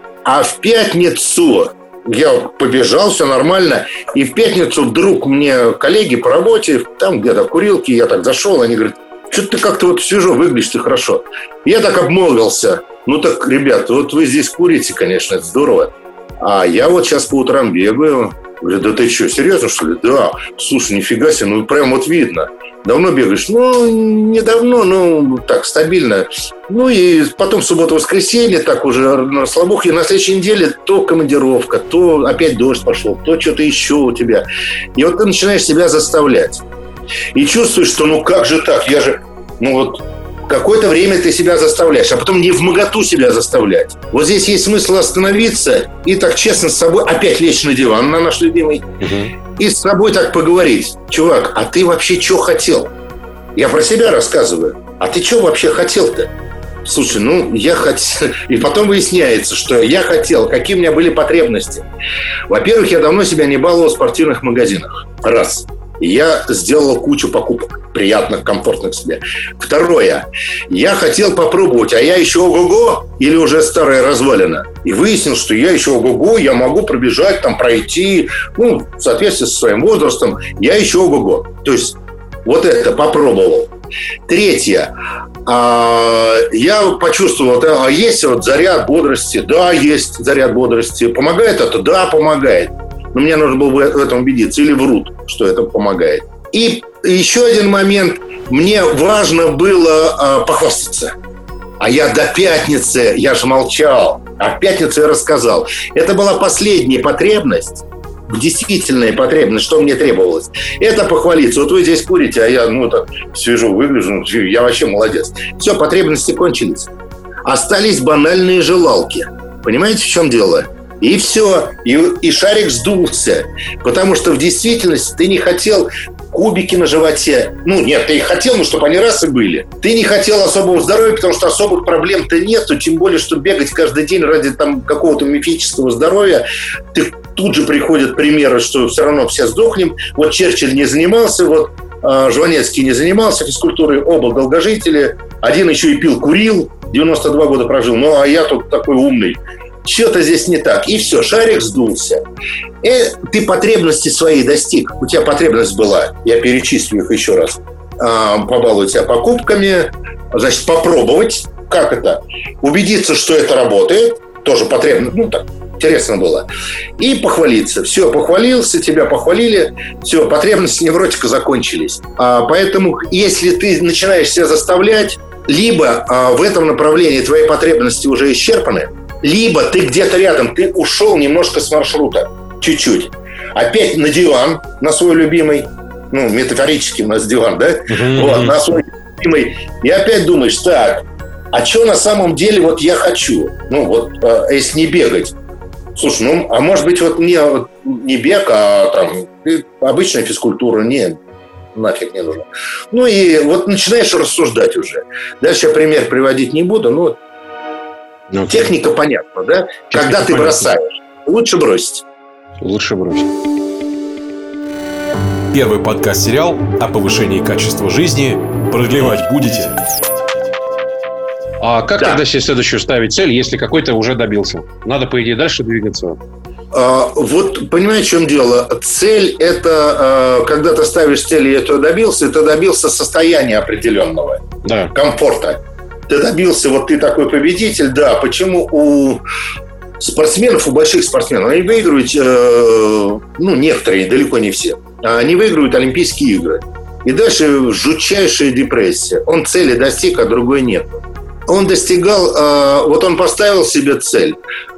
А в пятницу... Я побежал, все нормально. И в пятницу вдруг мне коллеги по работе, там где-то в курилке, я так зашел, они говорят, что-то ты как-то вот свежо выглядишь, ты хорошо. Я так обмолвился. Ну так, ребята, вот вы здесь курите, конечно, это здорово. А я вот сейчас по утрам бегаю. Говорю, да ты что, серьезно, что ли? Да. Слушай, нифига себе, ну прям вот видно. Давно бегаешь? Ну, недавно, ну, так, стабильно. Ну, и потом суббота-воскресенье, так уже на слабухе. И на следующей неделе то командировка, то опять дождь пошел, то что-то еще у тебя. И вот ты начинаешь себя заставлять. И чувствуешь, что ну как же так? Я же, ну вот, какое-то время ты себя заставляешь, а потом не вмоготу себя заставлять. Вот здесь есть смысл остановиться и так честно с собой опять лечь на диван, на наш любимый, угу. И с собой так поговорить. Чувак, а ты вообще что хотел? Я про себя рассказываю. А ты что вообще хотел-то? Слушай, ну, я хотел... И потом выясняется, что я хотел, какие у меня были потребности. Во-первых, я давно себя не баловал в спортивных магазинах. Раз. Я сделал кучу покупок, приятных, комфортных себе. Второе. Я хотел попробовать, а я еще ого-го или уже старая развалина. И выяснил, что я еще ого-го, я могу пробежать, там, пройти, ну, в соответствии со своим возрастом, я еще ого-го. То есть вот это попробовал. Третье. Я почувствовал, а есть вот заряд бодрости? Да, есть заряд бодрости. Помогает это? Да, помогает. Но мне нужно было в этом убедиться. Или врут, что это помогает. И еще один момент. Мне важно было похвастаться. А я до пятницы, я же молчал. А в пятницу я рассказал. Это была последняя потребность. Действительная потребность, что мне требовалось. Это похвалиться. Вот вы здесь курите, а я, ну, так свежо выгляжу, я вообще молодец. Все, потребности кончились. Остались банальные желалки. Понимаете, в чем дело? И все. И, и шарик сдулся. Потому что в действительности ты не хотел кубики на животе. Ну, нет, ты их хотел, но чтобы они раз и были. Ты не хотел особого здоровья, потому что особых проблем-то нету. Тем более, что бегать каждый день ради там какого-то мифического здоровья. Ты тут же приходят примеры, что все равно все сдохнем. Вот Черчилль не занимался, вот э, Жванецкий не занимался физкультурой, оба долгожители. Один еще и пил, курил, девяносто два года прожил. Ну, а я тут такой умный. Что-то здесь не так. И все, шарик сдулся. И ты потребности свои достиг. У тебя потребность была, я перечислю их еще раз. А, побалую тебя покупками. Значит, попробовать. Как это? Убедиться, что это работает. Тоже потребность. Ну, так, интересно было. И похвалиться. Все, похвалился, тебя похвалили. Все, потребности невротика закончились. А, поэтому, если ты начинаешь себя заставлять, либо а, в этом направлении твои потребности уже исчерпаны, либо ты где-то рядом, ты ушел немножко с маршрута, чуть-чуть. Опять на диван, на свой любимый, ну, метафорически у нас диван, да? Uh-huh. Вот, на свой любимый. И опять думаешь, так, а что на самом деле вот я хочу? Ну, вот, а, если не бегать. Слушай, ну, а может быть, вот мне вот, не бег, а там обычная физкультура, не, нафиг не нужно. Ну, и вот начинаешь рассуждать уже. Дальше я пример приводить не буду, но Okay. Техника понятна, да? Техника Когда ты понятна. Бросаешь, лучше бросить. Лучше бросить. Первый подкаст-сериал о повышении качества жизни. Продлевать будете? А как да. тогда себе следующую ставить цель, если какой-то уже добился? Надо, по идее, дальше двигаться. А, вот, понимаете, в чем дело? Цель – это, когда ты ставишь цель и этого добился, ты добился состояния определенного, да. комфорта. Ты добился, вот ты такой победитель, да. Почему у спортсменов, у больших спортсменов, они выигрывают, э, ну, некоторые, далеко не все, они выигрывают Олимпийские игры. И дальше жутчайшая депрессия. Он цели достиг, а другой нет. Он достигал, э, вот он поставил себе цель,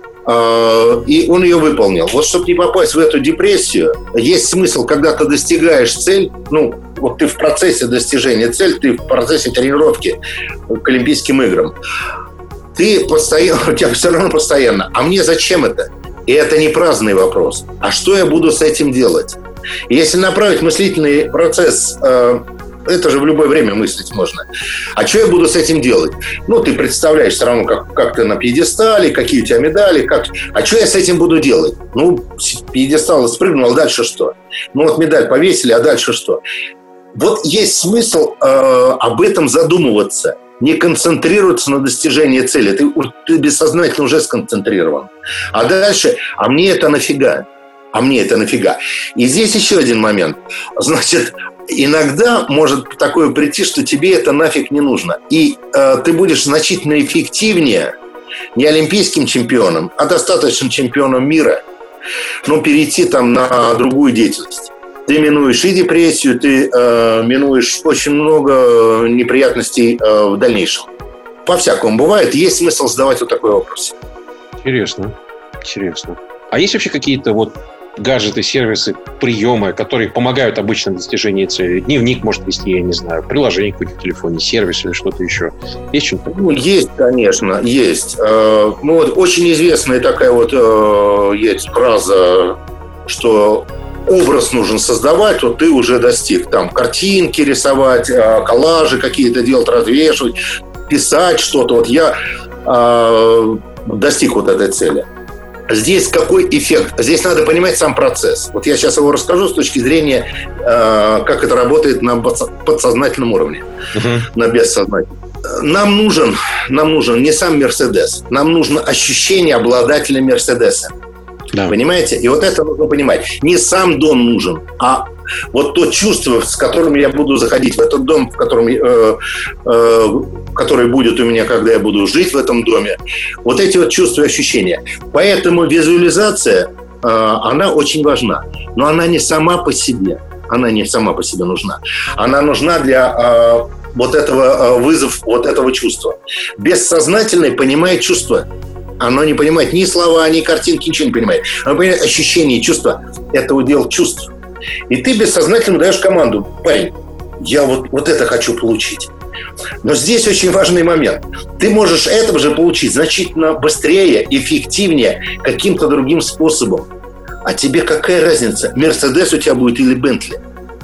э, и он ее выполнил. Вот чтобы не попасть в эту депрессию, есть смысл, когда ты достигаешь цель, ну, вот ты в процессе достижения цели, ты в процессе тренировки к Олимпийским играм. Ты постоянно, у тебя все равно постоянно. А мне зачем это? И это не праздный вопрос. А что я буду с этим делать? И если направить мыслительный процесс, э, это же в любое время мыслить можно. А что я буду с этим делать? Ну, ты представляешь все равно, как, как ты на пьедестале, какие у тебя медали. Как... А что я с этим буду делать? Ну, с пьедестала спрыгнул, а дальше что? Ну, вот медаль повесили, а дальше что? Вот есть смысл э, об этом задумываться, не концентрироваться на достижении цели. Ты, ты бессознательно уже сконцентрирован. А дальше, а мне это нафига? А мне это нафига? И здесь еще один момент. Значит, иногда может такое прийти, что тебе это нафиг не нужно. И э, ты будешь значительно эффективнее не олимпийским чемпионом, а достаточно чемпионом мира. Но перейти там на другую деятельность. Ты минуешь и депрессию, ты э, минуешь очень много неприятностей э, в дальнейшем. По-всякому бывает. Есть смысл задавать вот такой вопрос. Интересно. Интересно. А есть вообще какие-то вот гаджеты, сервисы, приемы, которые помогают обычно в достижении цели? Дневник может вести, я не знаю, приложение какое-то в телефоне, сервис или что-то еще. Есть что-то? Ну, есть, конечно, есть. Ну, вот очень известная такая вот есть фраза, что образ нужно создавать, вот ты уже достиг. Там картинки рисовать, коллажи какие-то делать, развешивать, писать что-то. Вот я достиг вот этой цели. здесь какой эффект? Здесь надо понимать сам процесс. Вот я сейчас его расскажу с точки зрения, э, как это работает на подсознательном уровне, uh-huh. на бессознательном. Нам нужен, нам нужен не сам Мерседес, нам нужно ощущение обладателя Мерседеса. Да. Понимаете? И вот это нужно понимать. Не сам дом нужен, а вот то чувство, с которым я буду заходить в этот дом, в котором, э, э, который будет у меня, когда я буду жить в этом доме. Вот эти вот чувства и ощущения. Поэтому визуализация, э, она очень важна. Но она не сама по себе. Она не сама по себе нужна. Она нужна для э, вот этого э, вызова, вот этого чувства. Бессознательный понимает чувства. Оно не понимает ни слова, ни картинки, ничего не понимает. Оно понимает ощущения, чувства. Это удел чувств. И ты бессознательно даешь команду: парень, я вот, вот это хочу получить. Но здесь очень важный момент. Ты можешь это же получить значительно быстрее, эффективнее, каким-то другим способом. А тебе какая разница, Мерседес у тебя будет или Бентли?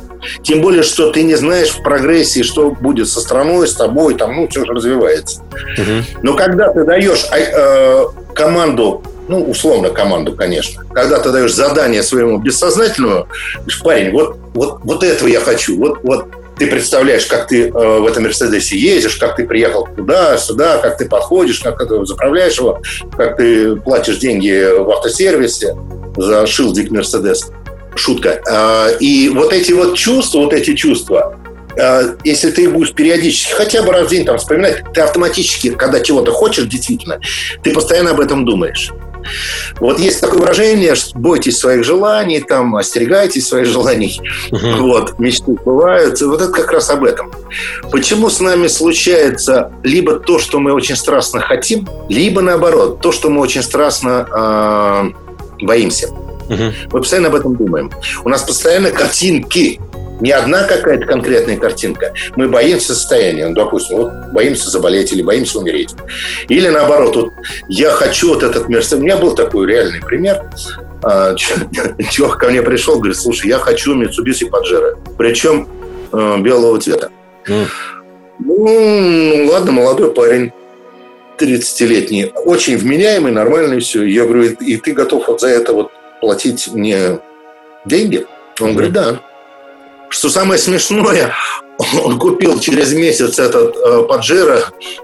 Тем более, что ты не знаешь в прогрессии, что будет со страной, с тобой, там, ну, все же развивается. Угу. Но когда ты даешь э, команду, ну, условно команду, конечно, когда ты даешь задание своему бессознательному, говоришь: парень, вот, вот, вот этого я хочу, вот, вот ты представляешь, как ты э, в этом Мерседесе ездишь, как ты приехал туда, сюда, как ты подходишь, как ты заправляешь его, как ты платишь деньги в автосервисе за шилдик Мерседес. Шутка. И вот эти вот чувства, вот эти чувства, если ты их будешь периодически, хотя бы раз в день там вспоминать, ты автоматически, когда чего-то хочешь действительно, ты постоянно об этом думаешь. Вот есть такое выражение: бойтесь своих желаний, там, остерегайтесь своих желаний. Uh-huh. Вот, мечты сбываются. Вот это как раз об этом. Почему с нами случается либо то, что мы очень страстно хотим, либо наоборот, то, что мы очень страстно э, боимся. Uh-huh. Мы постоянно об этом думаем. У нас постоянно картинки. Не одна какая-то конкретная картинка. Мы боимся состояния. Ну, допустим, вот боимся заболеть или боимся умереть. Или наоборот, вот я хочу вот этот Мерседес. У меня был такой реальный пример. Чувак ко мне пришел, говорит: слушай, я хочу Mitsubishi Pajero. Причем э, белого цвета. Uh-huh. Ну, ладно, молодой парень, тридцатилетний, очень вменяемый, нормальный, все. Я говорю: и ты готов вот за это вот платить мне деньги? Он mm-hmm. говорит: да. Что самое смешное, он купил через месяц этот э, Паджеро,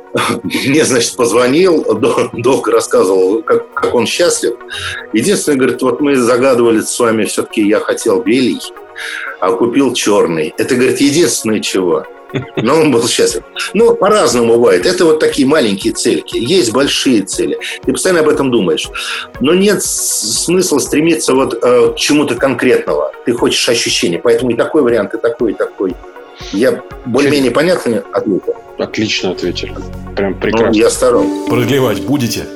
мне, значит, позвонил, долго рассказывал, как, как он счастлив. Единственное, говорит, вот мы загадывали с вами, все-таки я хотел белый, а купил черный. Это, говорит, единственное чего. Но он был счастлив. Ну, по-разному бывает. Это вот такие маленькие цельки. Есть большие цели. Ты постоянно об этом думаешь. Но нет смысла стремиться вот э, к чему-то конкретного. Ты хочешь ощущения. Поэтому и такой вариант, и такой, и такой. Я более-менее понятно ответил? Отлично ответили. Прям прекрасно. Ну, я старался. Продлевать будете?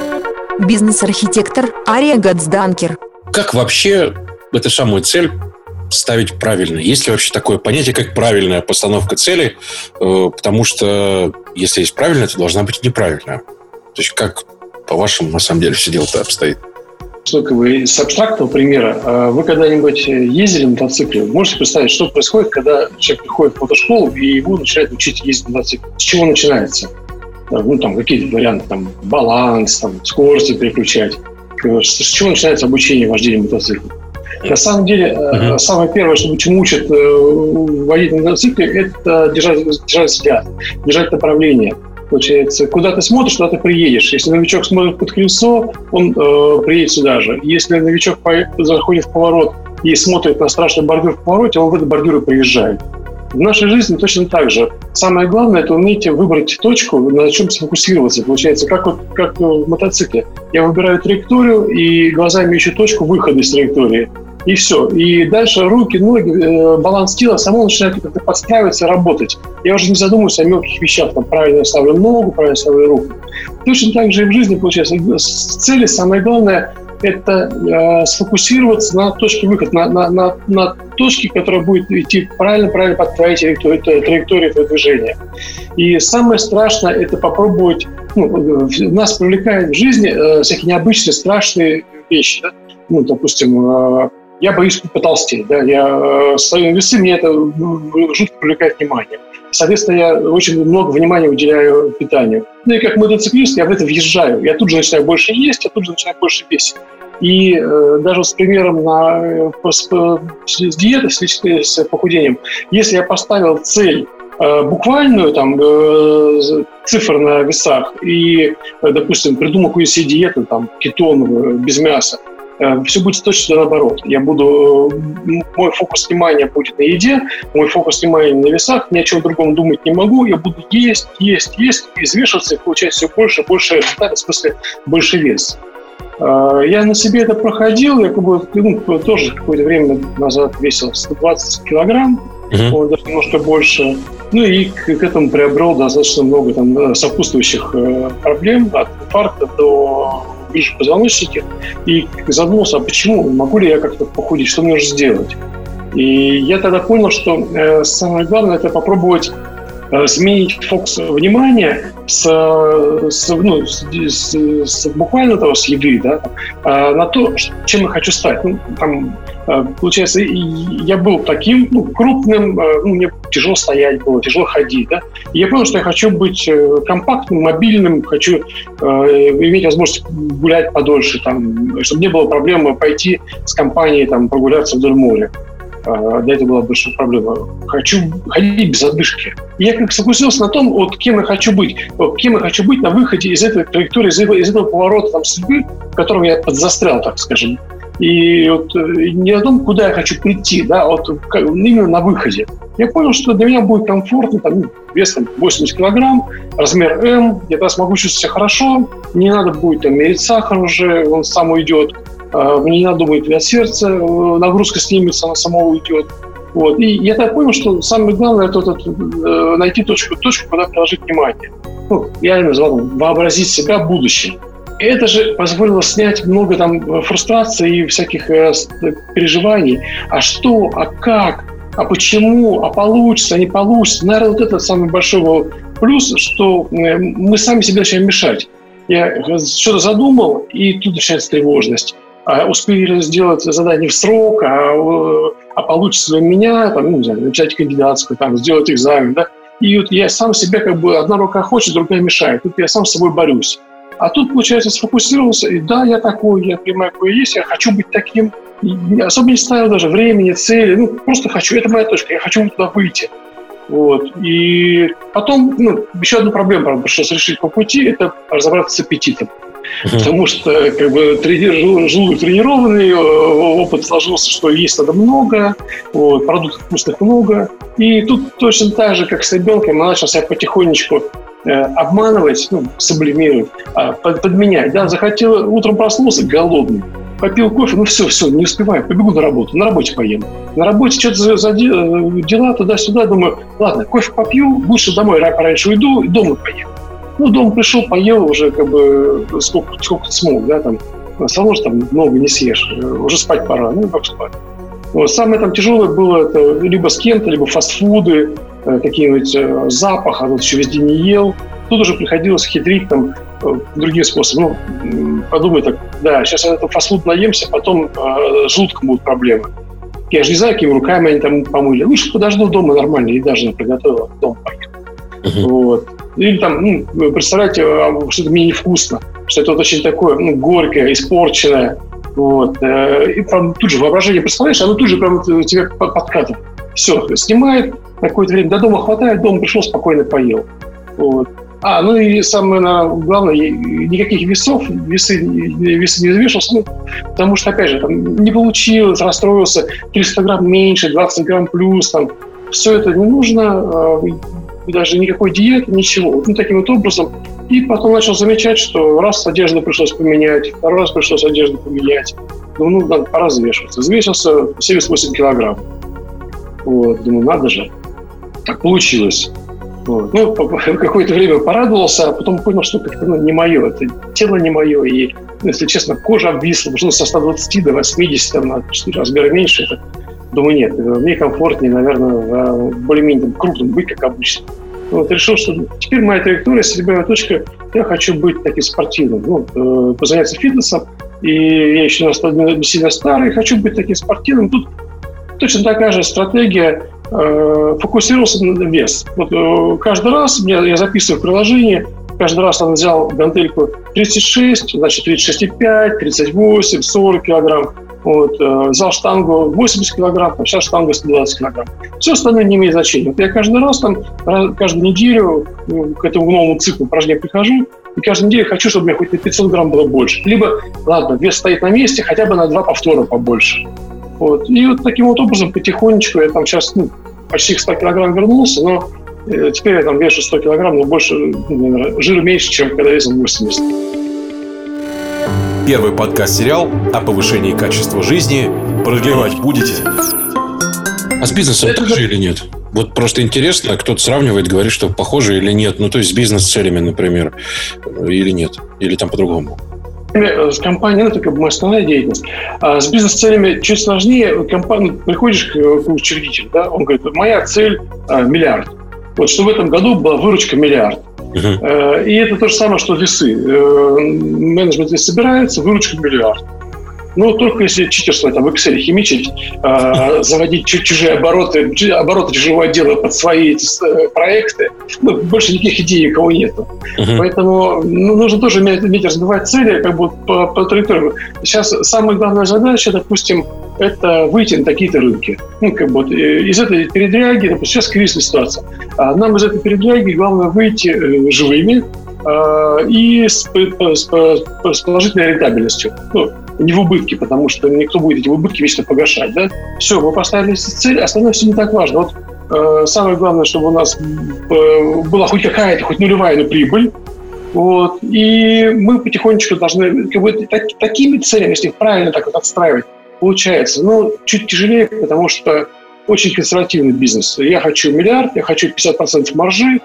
Бизнес-архитектор Ария Гацданкер. Как вообще эту самую цель ставить правильно? Есть ли вообще такое понятие, как правильная постановка цели? Потому что если есть правильная, то должна быть неправильная. То есть как, по-вашему, на самом деле все дело-то обстоит? Что, как бы, с абстрактного примера, вы когда-нибудь ездили на мотоцикле? Можете представить, что происходит, когда человек приходит в мотошколу и его начинают учить ездить на мотоцикле? С чего начинается? Ну, там какие-то варианты, там, баланс, там, скорости переключать. С чего начинается обучение вождения мотоцикла? На самом деле, uh-huh. самое первое, что чему учат водить на мотоцикле, это держать, держать взгляд, держать направление. Получается, куда ты смотришь, туда ты приедешь. Если новичок смотрит под колесо, он э, приедет сюда же. Если новичок заходит в поворот и смотрит на страшный бордюр в повороте, он в этот бордюр и приезжает. В нашей жизни точно так же. Самое главное – это уметь выбрать точку, на чем сфокусироваться. Получается, как, вот, как в мотоцикле. Я выбираю траекторию и глазами ищу точку выхода из траектории. И все. И дальше руки, ноги, баланс тела само начинает как-то подстраиваться, работать. Я уже не задумываюсь о мелких вещах. Там, правильно я ставлю ногу, правильно ставлю руку. Точно так же и в жизни получается. С цели самое главное – это э, сфокусироваться на точке выхода, на, на, на, на точке, которая будет идти правильно-правильно под твоей траекторией, траекторией твоего движения. И самое страшное – это попробовать… Ну, нас привлекают в жизни э, всякие необычные, страшные вещи. Да? Ну, допустим… Э, я боюсь потолстеть. Да? Я ставлю на весы, мне это жутко привлекает внимание. Соответственно, я очень много внимания уделяю питанию. Ну и как мотоциклист я в это въезжаю. Я тут же начинаю больше есть, я тут же начинаю больше весить. И э, даже с примером на, с, с диетой, с, с похудением, если я поставил цель э, буквальную, там, э, цифр на весах, и, э, допустим, придумал какую-то себе диету, там, кетоновую, без мяса, э, все будет точно наоборот. Я буду, э, мой фокус внимания будет на еде, мой фокус внимания на весах, ни о чем другом думать не могу, я буду есть, есть, есть, взвешиваться и получать все больше и больше результатов, в смысле, больше вес. Я на себе это проходил, я как бы, ну, тоже какое-то время назад весил сто двадцать килограмм, uh-huh. даже немножко больше. Ну и к, к этому приобрел достаточно много там сопутствующих э, проблем, от инфаркта до грыжи позвоночника. И задумался, а почему? Могу ли я как-то похудеть? Что мне нужно сделать? И я тогда понял, что э, самое главное – это попробовать сменить фокус внимания с, с, ну, с, с, с буквально того, с еды, да, на то, чем я хочу стать. Ну, там, получается, я был таким, ну, крупным, ну, мне тяжело стоять было, тяжело ходить, да. И я понял, что я хочу быть компактным, мобильным, хочу э, иметь возможность гулять подольше, там, чтобы не было проблемы пойти с компанией там, прогуляться вдоль моря. До этого была большая проблема. Хочу ходить без отдышки. И я как согласился на том, вот кем я хочу быть. Вот, кем я хочу быть на выходе из этой траектории, из этого, из этого поворота там, судьбы, в котором я подзастрял, так скажем. И вот не о том, куда я хочу прийти, да, вот именно на выходе. Я понял, что для меня будет комфортно, там, вес там, восемьдесят килограмм, размер М, я тогда смогу чувствовать себя хорошо, не надо будет там, мерить сахар уже, он сам уйдет. Мне не надо думать от сердца, нагрузка снимется, она сама уйдет. Вот. И я так понял, что самое главное это, это, это найти точку, точку, куда приложить внимание. Ну, я ее назвал вообразить себя будущим. И это же позволило снять много там фрустрации и всяких э, переживаний. А что, а как, а почему, а получится, а не получится. Наверное, вот это самый большой плюс, что мы сами себе начинаем мешать. Я что-то задумал, и тут начинается тревожность. А успели сделать задание в срок, а, а получится ли у меня, там, ну, не знаю, начать кандидатскую, там, сделать экзамен, да. И вот я сам себя как бы, одна рука хочет, другая мешает. Тут я сам с собой борюсь. А тут, получается, сфокусировался, и да, я такой, я понимаю, какой я есть, я хочу быть таким. И особо не ставил даже времени, цели, ну, просто хочу, это моя точка, я хочу туда выйти. Вот. И потом, ну, еще одну проблему, правда, пришлось решить по пути, это разобраться с аппетитом. Uh-huh. Потому что как бы, трени- желудок тренированный, опыт сложился, что есть надо много, вот, продуктов вкусных много. И тут точно так же, как с ребенком, я начал себя потихонечку э, обманывать, ну, сублимировать, э, под, подменять. Да? Захотел, утром проснулся голодный, попил кофе, ну все, все, не успеваю, побегу на работу, на работе поем. На работе что-то за, за дела туда-сюда, думаю, ладно, кофе попью, лучше домой пораньше уйду и дома поем. Ну, дома пришел, поел уже, как бы, сколько, сколько смог, да, там, все равно там много не съешь, уже спать пора, ну, как спать. Вот. Самое там тяжелое было, это либо с кем-то, либо фастфуды, какие-нибудь запах, а тут еще везде не ел. Тут уже приходилось хитрить, там, другим способом. Ну, подумай так, да, сейчас я этот фастфуд наемся, потом э, с желудком будут проблемы. Я же не знаю, какими руками они там помыли. Лучше подожду дома нормально, и даже не приготовила, дома поем. Uh-huh. Вот. Или там, ну, представляете, что-то мне невкусно, что это вот очень такое, ну, горькое, испорченное. Вот. И прям тут же воображение представляешь, оно тут же прям тебе подкатывает. Все, снимает, на какое-то время до дома хватает, дома пришел, спокойно поел. Вот. А, ну и самое главное, никаких весов, весы, весы не взвешивался, ну, потому что, опять же, там, не получилось, расстроился, триста грамм меньше, двадцать грамм плюс, там, все это не нужно, даже никакой диеты, ничего. Ну, таким вот образом. И потом начал замечать, что раз одежду пришлось поменять, второй раз пришлось одежду поменять. Думаю, ну, надо пора взвешиваться. Взвесился семьдесят восемь килограмм. Вот, думаю, надо же. Так получилось. Вот. Ну, какое-то время порадовался, а потом понял, что это, ну, не мое, это тело не мое. И, ну, если честно, кожа обвисла, потому что со ста двадцати до восьмидесяти, там, на четыре размера меньше. Это, думаю, нет, мне комфортнее, наверное, более-менее там, крупным быть, как обычно. Вот, решил, что теперь моя траектория, седьмая точка, я хочу быть таким спортивным. Ну, э, позаняться фитнесом, и я еще не сильно старый, хочу быть таким спортивным. Тут точно такая же стратегия, э, фокусировался на вес. Вот, э, каждый раз я, я записываю в приложении, каждый раз он взял гантельку тридцать шесть, значит тридцать шесть и пять, тридцать восемь, сорок килограмм. Вот, э, взял штангу восемьдесят килограмм, а сейчас штанга сто двадцать килограмм. Все остальное не имеет значения. Вот я каждый раз, там, каждую неделю ну, к этому новому циклу упражнений прихожу, и каждую неделю хочу, чтобы у меня хоть на пятьсот грамм было больше. Либо, ладно, вес стоит на месте, хотя бы на два повтора побольше. Вот. И вот таким вот образом потихонечку я там сейчас ну, почти к ста килограмм вернулся, но э, теперь я там вешу сто килограмм, но больше, ну, жира меньше, чем когда весил восемьдесят. Первый подкаст-сериал о повышении качества жизни. Продлевать будете? А с бизнесом это так же или нет? Вот просто интересно, кто-то сравнивает, говорит, что похоже или нет. Ну, то есть с бизнес-целями, например, или нет? Или там по-другому? С компанией, ну, это как бы моя основная деятельность. А с бизнес-целями чуть сложнее. Компания, приходишь к учредителю, да, он говорит, моя цель а, миллиард. Вот что в этом году была выручка миллиард. Uh-huh. И это то же самое, что весы. Менеджмент здесь собирается, выручка миллиард. Ну, только если читерство там, в Excel химичить, заводить чужие обороты, обороты чужого отдела под свои эти проекты, ну, больше никаких идей у кого нету. Uh-huh. Поэтому ну, нужно тоже уметь, уметь разбивать цели как бы по, по траектории. Сейчас самая главная задача, допустим, это выйти на такие-то рынки. Ну, как бы, вот, из этой передряги, допустим, сейчас кризисная ситуация. А нам из этой передряги главное выйти э, живыми э, и с, с, с положительной рентабельностью. Ну, не в убытке, потому что никто будет эти убытки вечно погашать. Да? Все, мы поставили цель, остальное все не так важно. Вот э, самое главное, чтобы у нас э, была хоть какая-то, хоть нулевая, но прибыль. Вот, и мы потихонечку должны как бы, так, такими целями, если их правильно так вот отстраивать, получается, ну, чуть тяжелее, потому что очень консервативный бизнес. Я хочу миллиард, я хочу пятьдесят процентов маржи,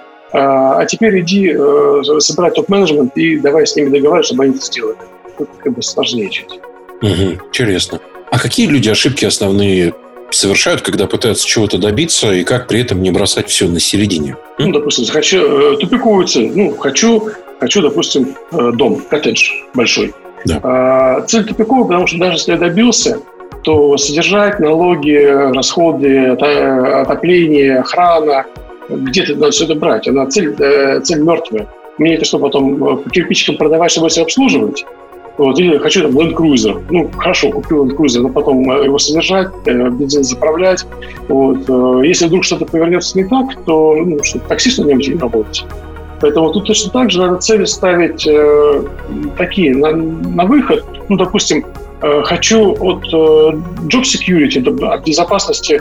а теперь иди э, собирай топ-менеджмент и давай с ними договариваться, чтобы они это сделали. Это как бы сложнее чуть. Угу, интересно. А какие люди ошибки основные совершают, когда пытаются чего-то добиться, и как при этом не бросать все на середине? Ну, допустим, хочу э, тупиковую цель. Ну, хочу, хочу, допустим, э, дом, коттедж большой. Да. А, цель тупиковая, потому что даже если я добился, то содержать налоги, расходы, отопление, охрана, где-то надо все это брать. Она цель, цель мертвая. Мне это что, потом по кирпичикам продавать, чтобы себя обслуживать? Вот, или хочу там Land Cruiser. Ну, хорошо, купил Land Cruiser, но потом его содержать, бензин заправлять. Вот. Если вдруг что-то повернется не так, то ну, что, таксистом не будем работать. Поэтому тут точно так же надо цели ставить э, такие на, на выход. Ну, допустим, э, хочу от э, job security, от безопасности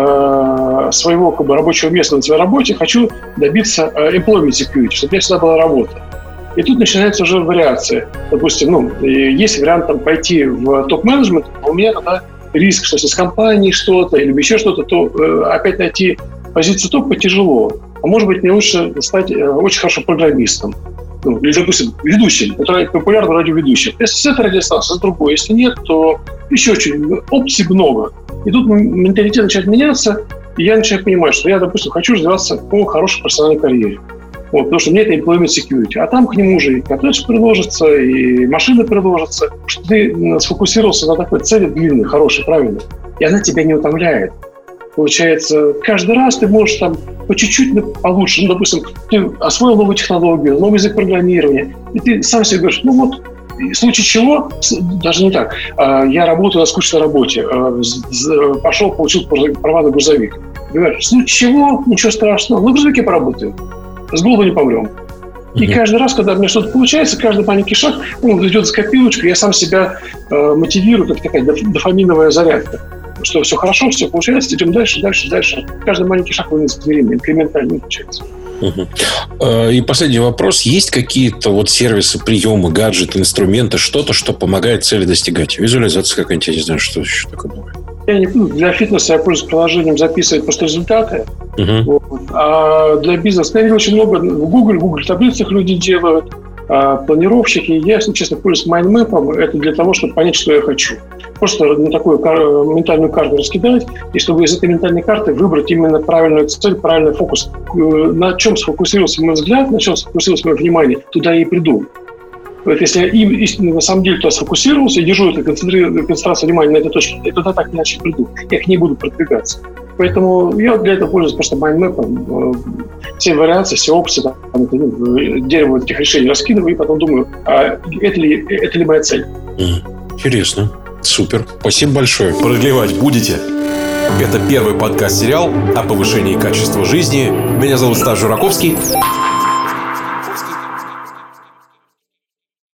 э, своего как бы, рабочего места на своей работе, хочу добиться э, employment security, чтобы у меня всегда была работа. И тут начинается уже вариация. Допустим, ну, есть вариант там, пойти в топ-менеджмент, а у меня тогда риск, что если с компанией что-то или еще что-то, то э, опять найти позицию топа тяжело. А может быть, мне лучше стать э, очень хорошим программистом. Ну, или, допустим, ведущим, который популярный радиоведущим. Если с этой радиостанции, с другой. Если нет, то еще чуть опций много. И тут менталитет начинает меняться, и я начинаю понимать, что я, допустим, хочу развиваться по хорошей профессиональной карьере. Вот, потому что мне это employment security. А там к нему уже и коттедж приложится, и машина приложится. Что ты сфокусировался на такой цели длинной, хорошей, правильной. И она тебя не утомляет. Получается, каждый раз ты можешь там по чуть-чуть получше. Ну, допустим, ты освоил новую технологию, новый язык программирования, и ты сам себе говоришь, ну вот, в случае чего, даже не так, я работаю на скучной работе, пошел, получил права на грузовик. Говоришь, в случае чего, ничего страшного, на грузовике поработаем, с голоду не помрем. И каждый раз, когда у меня что-то получается, каждый маленький шаг, он идет за копилочку, я сам себя э, мотивирую, как такая дофаминовая зарядка. Что все хорошо, все получается, идем дальше, дальше, дальше. Каждый маленький шаг он измеримый, инкрементально получается. Uh-huh. И последний вопрос. Есть какие-то вот сервисы, приемы, гаджеты, инструменты, что-то, что помогает цели достигать? Визуализация какая-нибудь, я не знаю, что еще такое бывает. Я не, ну, для фитнеса я пользуюсь приложением записывать просто результаты. Uh-huh. Вот. А для бизнеса я видел очень много в Google, в Google таблицах люди делают, а планировщики. Я, если честно, пользуюсь майндмэпом. Это для того, чтобы понять, что я хочу. Просто на такую кар- ментальную карту раскидать, и чтобы из этой ментальной карты выбрать именно правильную цель, правильный фокус. На чем сфокусировался мой взгляд, на чем сфокусировалось мое внимание, туда я и приду. Вот если я им истинно на самом деле туда сфокусировался и держу эту концентрацию внимания на этой точке, я туда так иначе приду. Я к ней буду продвигаться. Поэтому я для этого пользуюсь просто майндмэпом. Все вариации, все опции, там, ну, дерево этих решений раскидываю и потом думаю, а это ли, это ли моя цель. Интересно. Супер. Спасибо большое. Продлевать будете? Это первый подкаст-сериал о повышении качества жизни. Меня зовут Стас Жураковский.